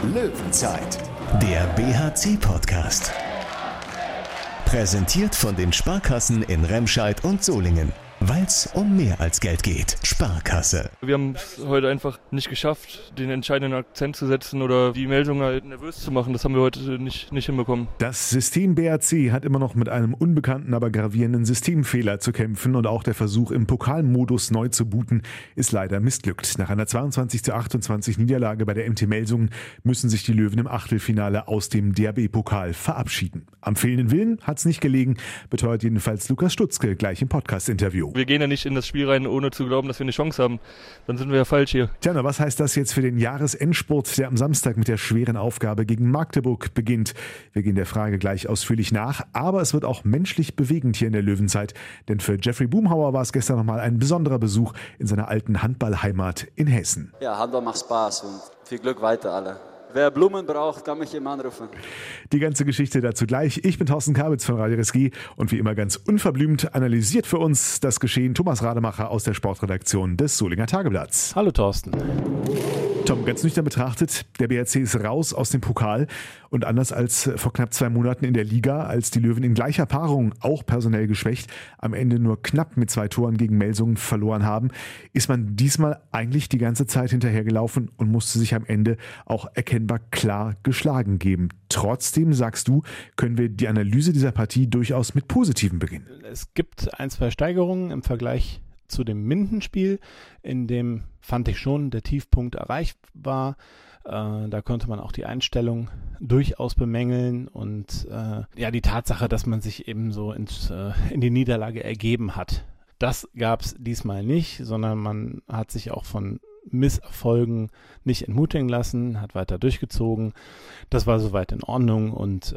Löwenzeit, der BHC-Podcast. Präsentiert von den Sparkassen in Remscheid und Solingen. Weil es um mehr als Geld geht. Sparkasse. Wir haben es heute einfach nicht geschafft, den entscheidenden Akzent zu setzen oder die Meldung halt nervös zu machen. Das haben wir heute nicht hinbekommen. Das System BHC hat immer noch mit einem unbekannten, aber gravierenden Systemfehler zu kämpfen und auch der Versuch, im Pokalmodus neu zu booten, ist leider missglückt. Nach einer 22:28 Niederlage bei der MT Melsungen müssen sich die Löwen im Achtelfinale aus dem DRB-Pokal verabschieden. Am fehlenden Willen hat es nicht gelegen, beteuert jedenfalls Lukas Stutzke gleich im Podcast-Interview. Wir gehen ja nicht in das Spiel rein, ohne zu glauben, dass wir eine Chance haben. Dann sind wir ja falsch hier. Tja, na, was heißt das jetzt für den Jahresendspurt, der am Samstag mit der schweren Aufgabe gegen Magdeburg beginnt? Wir gehen der Frage gleich ausführlich nach, aber es wird auch menschlich bewegend hier in der Löwenzeit. Denn für Jeffrey Boomhauer war es gestern nochmal ein besonderer Besuch in seiner alten Handballheimat in Hessen. Ja, Handball macht Spaß und viel Glück weiter alle. Wer Blumen braucht, kann mich immer anrufen. Die ganze Geschichte dazu gleich. Ich bin Thorsten Kabitz von Radio RSG und wie immer ganz unverblümt analysiert für uns das Geschehen Thomas Rademacher aus der Sportredaktion des Solinger Tageblatts. Hallo Thorsten. Tom, ganz nüchtern betrachtet, der BHC ist raus aus dem Pokal und anders als vor knapp 2 Monaten in der Liga, als die Löwen in gleicher Paarung, auch personell geschwächt, am Ende nur knapp mit 2 Toren gegen Melsungen verloren haben, ist man diesmal eigentlich die ganze Zeit hinterhergelaufen und musste sich am Ende auch erkennbar klar geschlagen geben. Trotzdem, sagst du, können wir die Analyse dieser Partie durchaus mit Positiven beginnen. Es gibt 1-2 Steigerungen im Vergleich zu dem Mindenspiel, in dem, fand ich schon, der Tiefpunkt erreicht war. Da konnte man auch die Einstellung durchaus bemängeln und die Tatsache, dass man sich eben so in die Niederlage ergeben hat. Das gab es diesmal nicht, sondern man hat sich auch von Misserfolgen nicht entmutigen lassen, hat weiter durchgezogen. Das war soweit in Ordnung und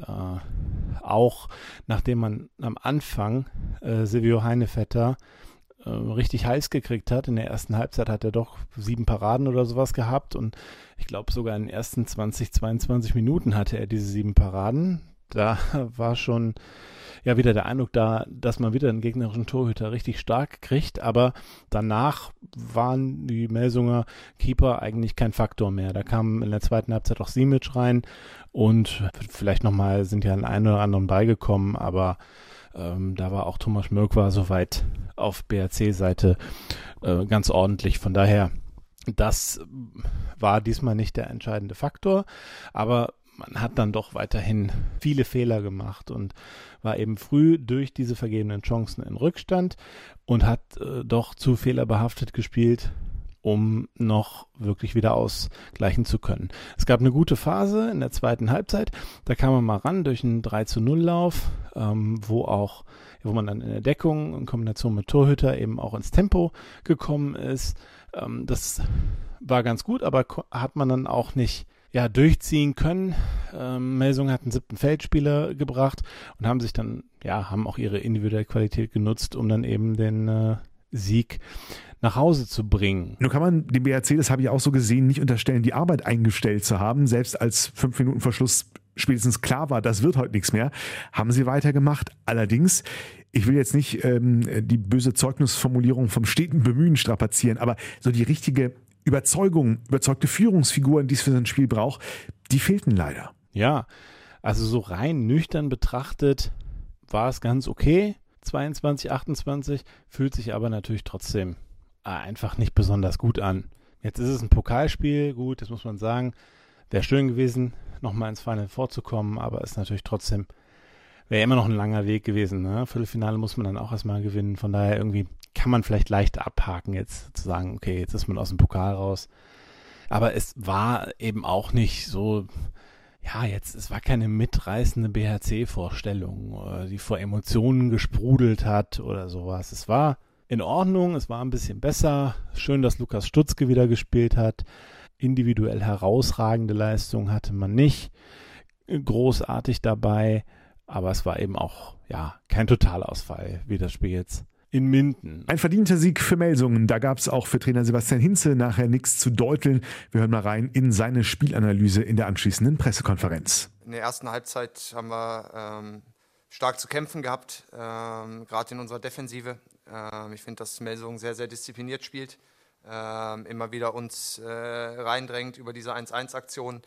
auch nachdem man am Anfang Silvio Heinevetter richtig heiß gekriegt hat. In der ersten Halbzeit hat er doch 7 Paraden oder sowas gehabt und ich glaube sogar in den ersten 22 Minuten hatte er diese 7 Paraden. Da war schon wieder der Eindruck da, dass man wieder einen gegnerischen Torhüter richtig stark kriegt, aber danach waren die Melsunger Keeper eigentlich kein Faktor mehr. Da kam in der zweiten Halbzeit auch Simic rein und vielleicht nochmal sind ja ein oder anderen beigekommen, aber da war auch Thomas Mörk soweit auf BHC-Seite ganz ordentlich. Von daher, das war diesmal nicht der entscheidende Faktor, aber man hat dann doch weiterhin viele Fehler gemacht und war eben früh durch diese vergebenen Chancen in Rückstand und hat doch zu fehlerbehaftet gespielt, um noch wirklich wieder ausgleichen zu können. Es gab eine gute Phase in der zweiten Halbzeit, da kam man mal ran durch einen 3-0-Lauf, wo man dann in der Deckung in Kombination mit Torhüter eben auch ins Tempo gekommen ist. Das war ganz gut, aber hat man dann auch nicht durchziehen können. Melsungen hat einen 7. Feldspieler gebracht und haben sich dann, haben auch ihre individuelle Qualität genutzt, um dann eben den Sieg nach Hause zu bringen. Nun kann man dem BHC, das habe ich auch so gesehen, nicht unterstellen, die Arbeit eingestellt zu haben. Selbst als 5 Minuten vor Schluss spätestens klar war, das wird heute nichts mehr, haben sie weitergemacht. Allerdings, ich will jetzt nicht die böse Zeugnisformulierung vom steten Bemühen strapazieren, aber so die richtige überzeugte Führungsfiguren, die es für so ein Spiel braucht, die fehlten leider. Ja, also so rein nüchtern betrachtet war es ganz okay. 22:28, fühlt sich aber natürlich trotzdem einfach nicht besonders gut an. Jetzt ist es ein Pokalspiel, gut, das muss man sagen. Wäre schön gewesen, nochmal ins Final vorzukommen, aber ist natürlich trotzdem, wäre immer noch ein langer Weg gewesen. Ne? Viertelfinale muss man dann auch erstmal gewinnen, von daher irgendwie kann man vielleicht leicht abhaken jetzt, zu sagen, okay, jetzt ist man aus dem Pokal raus. Aber es war eben auch nicht so, es war keine mitreißende BHC-Vorstellung, die vor Emotionen gesprudelt hat oder sowas. Es war in Ordnung, es war ein bisschen besser. Schön, dass Lukas Stutzke wieder gespielt hat. Individuell herausragende Leistung hatte man nicht. Großartig dabei, aber es war eben auch, kein Totalausfall, wie das Spiel jetzt in Minden. Ein verdienter Sieg für Melsungen. Da gab es auch für Trainer Sebastian Hinze nachher nichts zu deuteln. Wir hören mal rein in seine Spielanalyse in der anschließenden Pressekonferenz. In der ersten Halbzeit haben wir stark zu kämpfen gehabt, gerade in unserer Defensive. Ich finde, dass Melsungen sehr, sehr diszipliniert spielt, immer wieder uns reindrängt über diese 1-1-Aktion.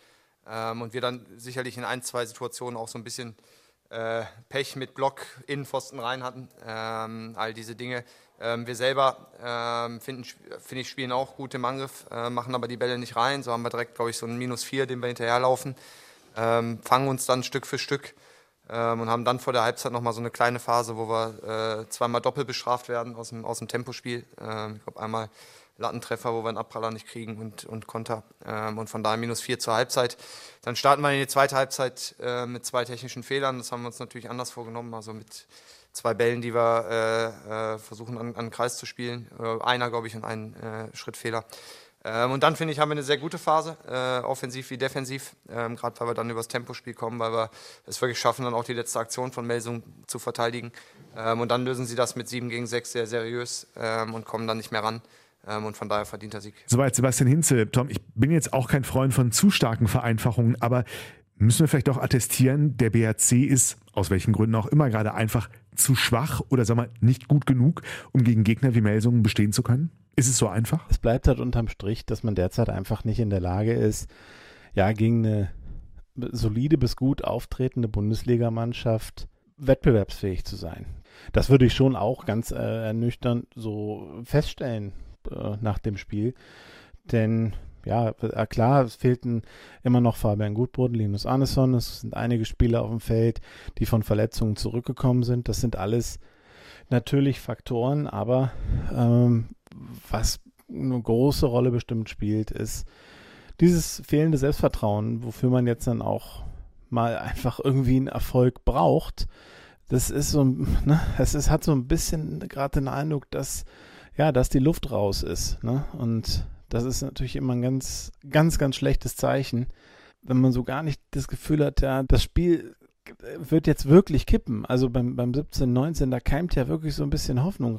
Und wir dann sicherlich in 1-2 Situationen auch so ein bisschen Pech mit Block, Innenpfosten rein hatten. All diese Dinge. Wir selber, finde ich, spielen auch gut im Angriff, machen aber die Bälle nicht rein. So haben wir direkt, glaube ich, so einen -4, den wir hinterherlaufen. Fangen uns dann Stück für Stück und haben dann vor der Halbzeit nochmal so eine kleine Phase, wo wir zweimal doppelt bestraft werden aus dem Tempospiel. Ich glaube, einmal Lattentreffer, wo wir einen Abpraller nicht kriegen und Konter. Und von daher -4 zur Halbzeit. Dann starten wir in die zweite Halbzeit mit 2 technischen Fehlern. Das haben wir uns natürlich anders vorgenommen, also mit 2 Bällen, die wir versuchen an den Kreis zu spielen. Einer, glaube ich, und einen Schrittfehler. Und dann, finde ich, haben wir eine sehr gute Phase, offensiv wie defensiv. Gerade weil wir dann übers Tempospiel kommen, weil wir es wirklich schaffen, dann auch die letzte Aktion von Melsung zu verteidigen. Und dann lösen sie das mit 7 gegen 6 sehr seriös und kommen dann nicht mehr ran. Und von daher verdienter Sieg. Soweit Sebastian Hinze. Tom, ich bin jetzt auch kein Freund von zu starken Vereinfachungen, aber müssen wir vielleicht doch attestieren, der BRC ist, aus welchen Gründen auch immer, gerade einfach zu schwach oder sagen wir nicht gut genug, um gegen Gegner wie Melsungen bestehen zu können? Ist es so einfach? Es bleibt halt unterm Strich, dass man derzeit einfach nicht in der Lage ist, ja, gegen eine solide bis gut auftretende Bundesligamannschaft wettbewerbsfähig zu sein. Das würde ich schon auch ganz ernüchternd so feststellen nach dem Spiel. Denn ja, klar, es fehlten immer noch Fabian Gutbrot, Linus Arneson. Es sind einige Spieler auf dem Feld, die von Verletzungen zurückgekommen sind. Das sind alles natürlich Faktoren, aber was eine große Rolle bestimmt spielt, ist dieses fehlende Selbstvertrauen, wofür man jetzt dann auch mal einfach irgendwie einen Erfolg braucht. Das ist so, ne, hat so ein bisschen gerade den Eindruck, dass die Luft raus ist, ne? Und das ist natürlich immer ein ganz, ganz, ganz schlechtes Zeichen, wenn man so gar nicht das Gefühl hat, ja, das Spiel wird jetzt wirklich kippen. Also beim 17-19, da keimt ja wirklich so ein bisschen Hoffnung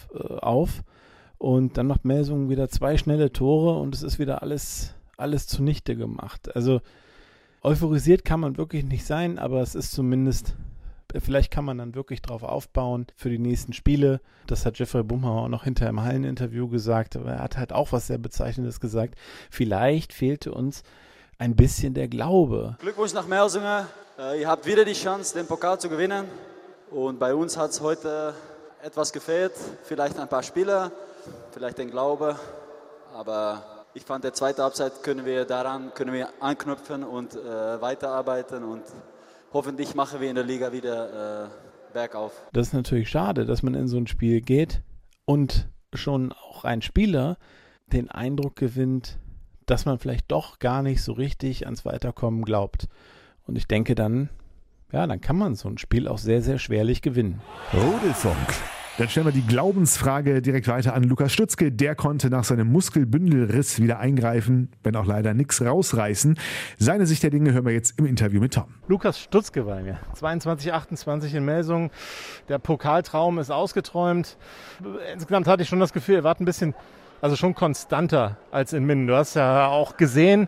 auf. Und dann macht Melsungen wieder 2 schnelle Tore und es ist wieder alles zunichte gemacht. Also euphorisiert kann man wirklich nicht sein, aber es ist zumindest, vielleicht kann man dann wirklich drauf aufbauen für die nächsten Spiele. Das hat Jeffrey Bumhauer auch noch hinterher im Halleninterview gesagt, aber er hat halt auch was sehr Bezeichnendes gesagt. Vielleicht fehlte uns ein bisschen der Glaube. Glückwunsch nach Melsungen. Ihr habt wieder die Chance, den Pokal zu gewinnen. Und bei uns hat es heute etwas gefehlt. Vielleicht ein paar Spieler, vielleicht den Glaube. Aber ich fand, der zweite Halbzeit können wir anknüpfen und weiterarbeiten. Und hoffentlich machen wir in der Liga wieder bergauf. Das ist natürlich schade, dass man in so ein Spiel geht und schon auch ein Spieler den Eindruck gewinnt, dass man vielleicht doch gar nicht so richtig ans Weiterkommen glaubt. Und ich denke dann kann man so ein Spiel auch sehr, sehr schwerlich gewinnen. Rudelfunk. Dann stellen wir die Glaubensfrage direkt weiter an Lukas Stutzke. Der konnte nach seinem Muskelbündelriss wieder eingreifen, wenn auch leider nichts rausreißen. Seine Sicht der Dinge hören wir jetzt im Interview mit Tom. Lukas Stutzke bei mir. 22-28 in Melsungen. Der Pokaltraum ist ausgeträumt. Insgesamt hatte ich schon das Gefühl, ihr wart ein bisschen, also schon konstanter als in Minden. Du hast ja auch gesehen,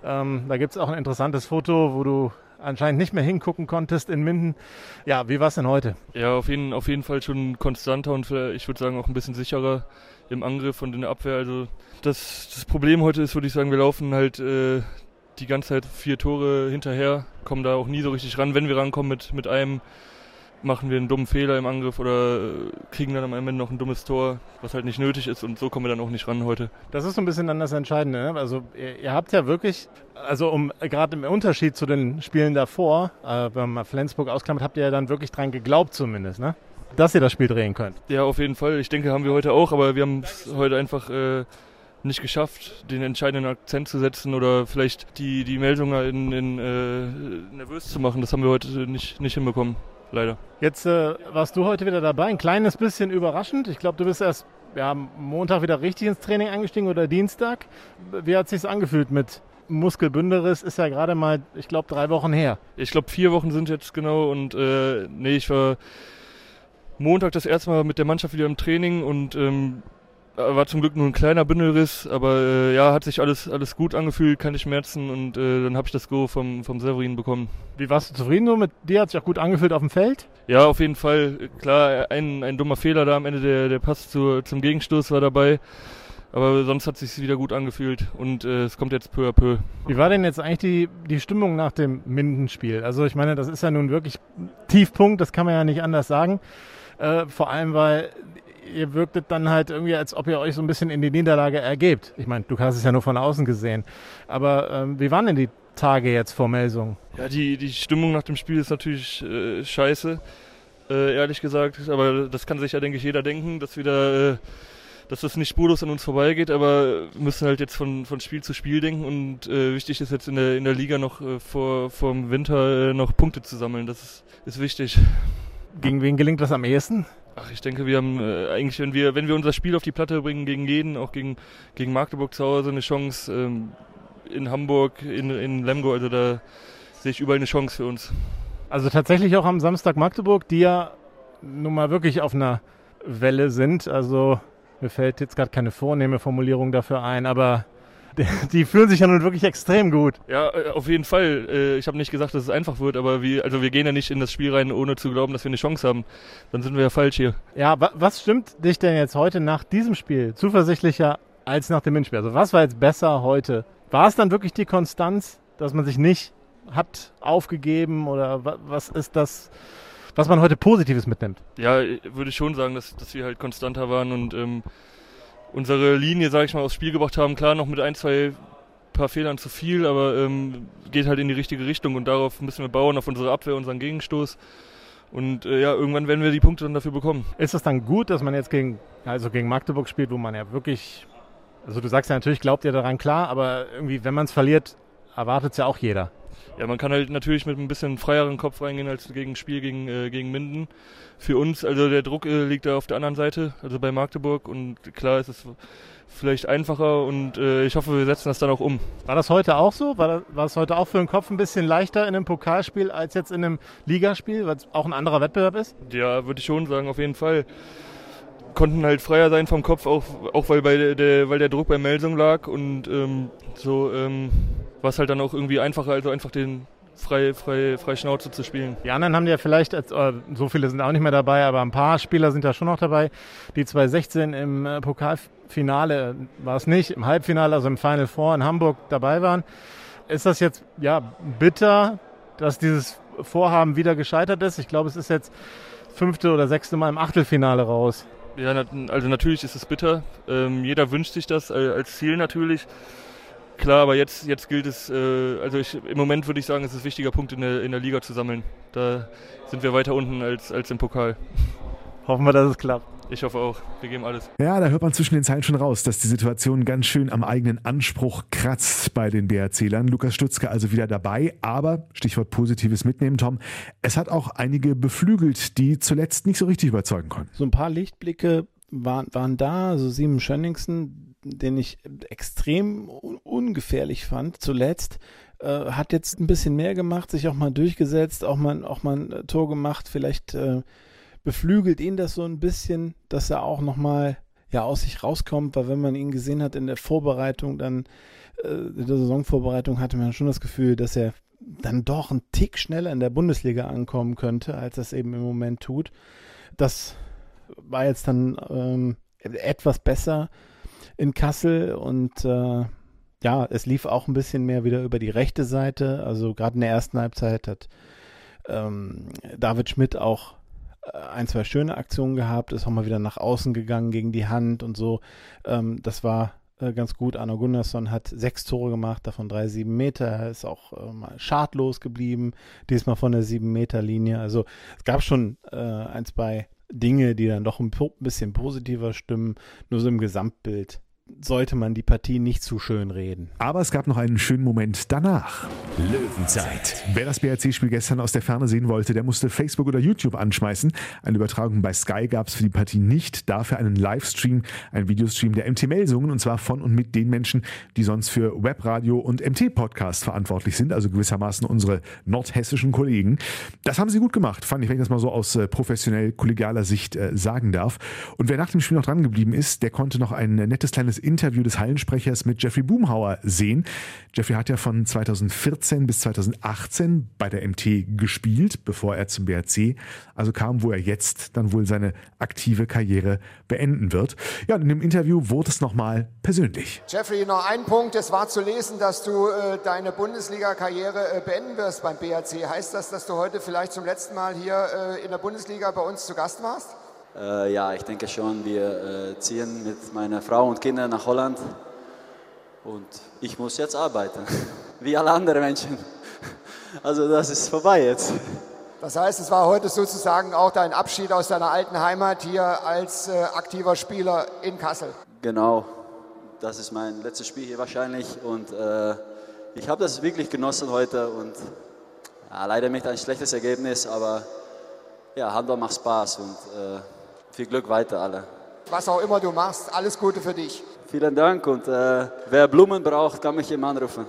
da gibt es auch ein interessantes Foto, wo du anscheinend nicht mehr hingucken konntest in Minden. Ja, wie war es denn heute? Ja, auf jeden Fall schon konstanter und ich würde sagen auch ein bisschen sicherer im Angriff und in der Abwehr. Also das Problem heute ist, würde ich sagen, wir laufen halt die ganze Zeit 4 Tore hinterher, kommen da auch nie so richtig ran. Wenn wir rankommen mit einem, machen wir einen dummen Fehler im Angriff oder kriegen dann am Ende noch ein dummes Tor, was halt nicht nötig ist, und so kommen wir dann auch nicht ran heute. Das ist so ein bisschen dann das Entscheidende, ne? Also ihr habt ja wirklich, also gerade im Unterschied zu den Spielen davor, wenn man Flensburg ausklammert, habt ihr ja dann wirklich dran geglaubt zumindest, ne? Dass ihr das Spiel drehen könnt. Ja, auf jeden Fall. Ich denke, haben wir heute auch, aber wir haben es heute einfach nicht geschafft, den entscheidenden Akzent zu setzen oder vielleicht die Melsunger nervös zu machen. Das haben wir heute nicht hinbekommen. Leider. Jetzt warst du heute wieder dabei, ein kleines bisschen überraschend. Ich glaube, du bist erst Montag wieder richtig ins Training eingestiegen oder Dienstag. Wie hat es sich angefühlt mit Muskelbündelriss? Ist ja gerade mal, ich glaube, 3 Wochen her. Ich glaube, 4 Wochen sind jetzt genau und ich war Montag das erste Mal mit der Mannschaft wieder im Training und war zum Glück nur ein kleiner Bündelriss, aber hat sich alles gut angefühlt, keine Schmerzen und dann habe ich das Go vom Severin bekommen. Wie warst du zufrieden so mit dir? Hat sich auch gut angefühlt auf dem Feld? Ja, auf jeden Fall. Klar, ein dummer Fehler da am Ende, der Pass zum Gegenstoß war dabei. Aber sonst hat es sich wieder gut angefühlt und es kommt jetzt peu à peu. Wie war denn jetzt eigentlich die Stimmung nach dem Minden-Spiel? Also ich meine, das ist ja nun wirklich Tiefpunkt, das kann man ja nicht anders sagen. Vor allem, weil ihr wirktet dann halt irgendwie, als ob ihr euch so ein bisschen in die Niederlage ergebt. Ich meine, du hast es ja nur von außen gesehen. Aber wie waren denn die Tage jetzt vor Melsungen? Ja, die Stimmung nach dem Spiel ist natürlich scheiße, ehrlich gesagt. Aber das kann sich ja, denke ich, jeder denken, dass das nicht spurlos an uns vorbeigeht. Aber wir müssen halt jetzt von Spiel zu Spiel denken. Und wichtig ist jetzt in der Liga noch vor dem Winter noch Punkte zu sammeln. Das ist wichtig. Gegen wen gelingt das am ehesten? Ach, ich denke, wir haben eigentlich, wenn wir unser Spiel auf die Platte bringen, gegen jeden, auch gegen Magdeburg zu Hause eine Chance, in Hamburg, in Lemgo, also da sehe ich überall eine Chance für uns. Also tatsächlich auch am Samstag Magdeburg, die ja nun mal wirklich auf einer Welle sind. Also mir fällt jetzt gerade keine vornehme Formulierung dafür ein, aber die fühlen sich ja nun wirklich extrem gut. Ja, auf jeden Fall. Ich habe nicht gesagt, dass es einfach wird, aber wir gehen ja nicht in das Spiel rein, ohne zu glauben, dass wir eine Chance haben. Dann sind wir ja falsch hier. Ja, was stimmt dich denn jetzt heute nach diesem Spiel zuversichtlicher als nach dem Hinspiel? Also was war jetzt besser heute? War es dann wirklich die Konstanz, dass man sich nicht hat aufgegeben oder was ist das, was man heute Positives mitnimmt? Ja, würde ich schon sagen, dass wir halt konstanter waren und unsere Linie, sage ich mal, aufs Spiel gebracht haben. Klar, noch mit paar Fehlern zu viel, aber geht halt in die richtige Richtung und darauf müssen wir bauen, auf unsere Abwehr, unseren Gegenstoß. Und irgendwann werden wir die Punkte dann dafür bekommen. Ist es dann gut, dass man jetzt gegen Magdeburg spielt, wo man ja wirklich, also du sagst ja natürlich, glaubt ihr daran, klar, aber irgendwie, wenn man es verliert, erwartet es ja auch jeder. Ja, man kann halt natürlich mit ein bisschen freieren Kopf reingehen als gegen ein Spiel gegen Minden. Für uns, also der Druck liegt da auf der anderen Seite, also bei Magdeburg und klar ist es vielleicht einfacher und ich hoffe, wir setzen das dann auch um. War das heute auch so? War es heute auch für den Kopf ein bisschen leichter in einem Pokalspiel als jetzt in einem Ligaspiel, weil es auch ein anderer Wettbewerb ist? Ja, würde ich schon sagen, auf jeden Fall. Konnten halt freier sein vom Kopf, auch weil der Druck bei Melsung lag und war es halt dann auch irgendwie einfacher, also einfach den frei Schnauze zu spielen. Die anderen haben ja vielleicht, so viele sind auch nicht mehr dabei, aber ein paar Spieler sind da schon noch dabei, die 2016 im Pokalfinale, war es nicht, im Halbfinale, also im Final Four in Hamburg dabei waren. Ist das jetzt bitter, dass dieses Vorhaben wieder gescheitert ist? Ich glaube, es ist jetzt 5. oder 6. Mal im Achtelfinale raus. Ja, also natürlich ist es bitter. Jeder wünscht sich das als Ziel natürlich. Klar, aber jetzt gilt es, im Moment würde ich sagen, es ist ein wichtiger Punkt in der Liga zu sammeln. Da sind wir weiter unten als im Pokal. Hoffen wir, dass es klappt. Ich hoffe auch. Wir geben alles. Ja, da hört man zwischen den Zeilen schon raus, dass die Situation ganz schön am eigenen Anspruch kratzt bei den BRC-Lern. Lukas Stutzke also wieder dabei, aber Stichwort Positives mitnehmen, Tom. Es hat auch einige beflügelt, die zuletzt nicht so richtig überzeugen konnten. So ein paar Lichtblicke waren da, also Simon Schönningsen, den ich extrem ungefährlich fand zuletzt, hat jetzt ein bisschen mehr gemacht, sich auch mal durchgesetzt, auch mal ein Tor gemacht, vielleicht beflügelt ihn das so ein bisschen, dass er auch nochmal aus sich rauskommt, weil wenn man ihn gesehen hat in der Vorbereitung, dann in der Saisonvorbereitung hatte man schon das Gefühl, dass er dann doch einen Tick schneller in der Bundesliga ankommen könnte, als das eben im Moment tut. Das war jetzt dann etwas besser in Kassel und es lief auch ein bisschen mehr wieder über die rechte Seite, also gerade in der ersten Halbzeit hat David Schmidt auch ein, zwei schöne Aktionen gehabt, ist auch mal wieder nach außen gegangen gegen die Hand und so. Das war ganz gut. Arno Gunnarsson hat 6 Tore gemacht, davon 3 7 Meter. Er ist auch mal schadlos geblieben, diesmal von der 7-Meter-Linie. Also es gab schon 1, 2 Dinge, die dann doch ein bisschen positiver stimmen. Nur so im Gesamtbild sollte man die Partie nicht zu schön reden. Aber es gab noch einen schönen Moment danach. Löwenzeit. Wer das BRC-Spiel gestern aus der Ferne sehen wollte, der musste Facebook oder YouTube anschmeißen. Eine Übertragung bei Sky gab es für die Partie nicht. Dafür einen Livestream, einen Videostream der MT Melsungen und zwar von und mit den Menschen, die sonst für Webradio und MT-Podcast verantwortlich sind, also gewissermaßen unsere nordhessischen Kollegen. Das haben sie gut gemacht, fand ich, wenn ich das mal so aus professionell kollegialer Sicht sagen darf. Und wer nach dem Spiel noch dran geblieben ist, der konnte noch ein nettes kleines das Interview des Hallensprechers mit Jeffrey Boomhauer sehen. Jeffrey hat ja von 2014 bis 2018 bei der MT gespielt, bevor er zum BRC also kam, wo er jetzt dann wohl seine aktive Karriere beenden wird. Ja, und in dem Interview wurde es nochmal persönlich. Jeffrey, noch ein Punkt. Es war zu lesen, dass du deine Bundesliga-Karriere beenden wirst beim BRC. Heißt das, dass du heute vielleicht zum letzten Mal hier in der Bundesliga bei uns zu Gast warst? Ja, ich denke schon. Wir ziehen mit meiner Frau und Kindern nach Holland. Und ich muss jetzt arbeiten, wie alle anderen Menschen. Also das ist vorbei jetzt. Das heißt, es war heute sozusagen auch dein Abschied aus deiner alten Heimat hier als aktiver Spieler in Kassel. Genau, das ist mein letztes Spiel hier wahrscheinlich. Und ich habe das wirklich genossen heute. Und ja, leider nicht ein schlechtes Ergebnis, aber ja, Handball macht Spaß und viel Glück weiter alle. Was auch immer du machst, alles Gute für dich. Vielen Dank und wer Blumen braucht, kann mich immer anrufen.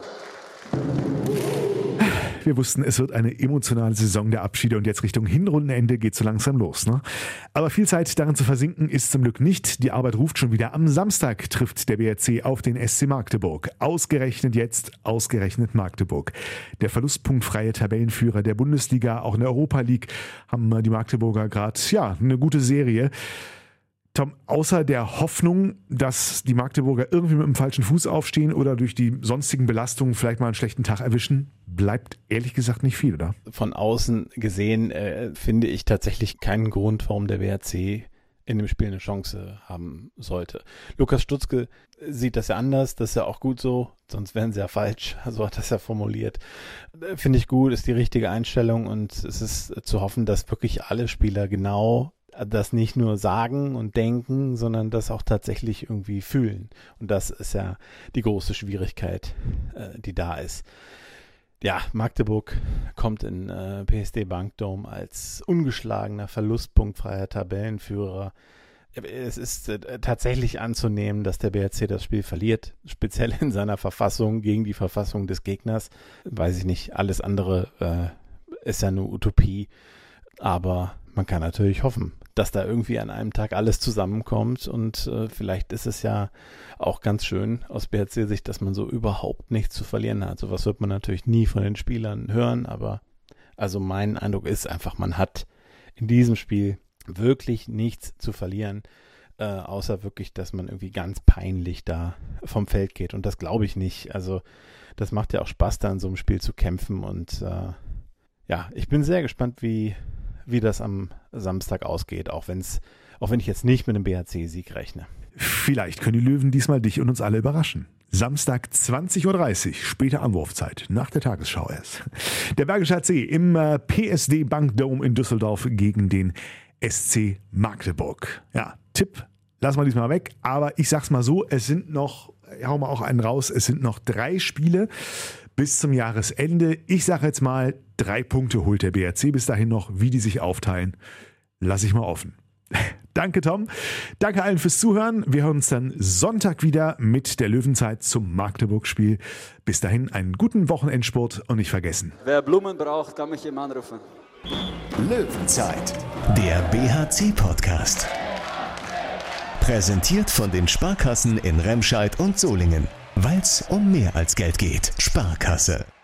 Wir wussten, es wird eine emotionale Saison der Abschiede und jetzt Richtung Hinrundenende geht so langsam los. Ne? Aber viel Zeit darin zu versinken ist zum Glück nicht. Die Arbeit ruft schon wieder. Am Samstag trifft der BRC auf den SC Magdeburg. Ausgerechnet jetzt, ausgerechnet Magdeburg. Der verlustpunktfreie Tabellenführer der Bundesliga, auch in der Europa League, haben die Magdeburger gerade eine gute Serie. Tom, außer der Hoffnung, dass die Magdeburger irgendwie mit dem falschen Fuß aufstehen oder durch die sonstigen Belastungen vielleicht mal einen schlechten Tag erwischen, bleibt ehrlich gesagt nicht viel, oder? Von außen gesehen finde ich tatsächlich keinen Grund, warum der BRC in dem Spiel eine Chance haben sollte. Lukas Stutzke sieht das ja anders, das ist ja auch gut so, sonst wären sie ja falsch, so hat das ja formuliert. Finde ich gut, ist die richtige Einstellung und es ist zu hoffen, dass wirklich alle Spieler genau das nicht nur sagen und denken, sondern das auch tatsächlich irgendwie fühlen. Und das ist ja die große Schwierigkeit, die da ist. Ja, Magdeburg kommt in PSD Bankdome als ungeschlagener, verlustpunktfreier Tabellenführer. Es ist tatsächlich anzunehmen, dass der BRC das Spiel verliert, speziell in seiner Verfassung gegen die Verfassung des Gegners. Weiß ich nicht, alles andere ist ja nur Utopie, aber man kann natürlich hoffen, dass da irgendwie an einem Tag alles zusammenkommt und vielleicht ist es ja auch ganz schön aus BRC-Sicht, dass man so überhaupt nichts zu verlieren hat. Sowas wird man natürlich nie von den Spielern hören, aber also mein Eindruck ist einfach, man hat in diesem Spiel wirklich nichts zu verlieren, außer wirklich, dass man irgendwie ganz peinlich da vom Feld geht und das glaube ich nicht. Also das macht ja auch Spaß, da in so einem Spiel zu kämpfen und ja, ich bin sehr gespannt, wie das am Samstag ausgeht, auch wenn ich jetzt nicht mit einem BHC-Sieg rechne. Vielleicht können die Löwen diesmal dich und uns alle überraschen. Samstag 20.30 Uhr, späte Anwurfzeit, nach der Tagesschau erst. Der Bergische HC im PSD Bankdome in Düsseldorf gegen den SC Magdeburg. Ja, Tipp lassen wir diesmal weg, aber ich sag's mal so, es sind noch, hau mal auch einen raus, es sind noch 3 Spiele bis zum Jahresende. Ich sage jetzt mal, 3 Punkte holt der BRC bis dahin noch. Wie die sich aufteilen, lasse ich mal offen. Danke, Tom. Danke allen fürs Zuhören. Wir hören uns dann Sonntag wieder mit der Löwenzeit zum Magdeburg-Spiel. Bis dahin einen guten Wochenendsport und nicht vergessen. Wer Blumen braucht, kann mich immer anrufen. Löwenzeit, der BHC-Podcast. Präsentiert von den Sparkassen in Remscheid und Solingen. Weil's um mehr als Geld geht. Sparkasse.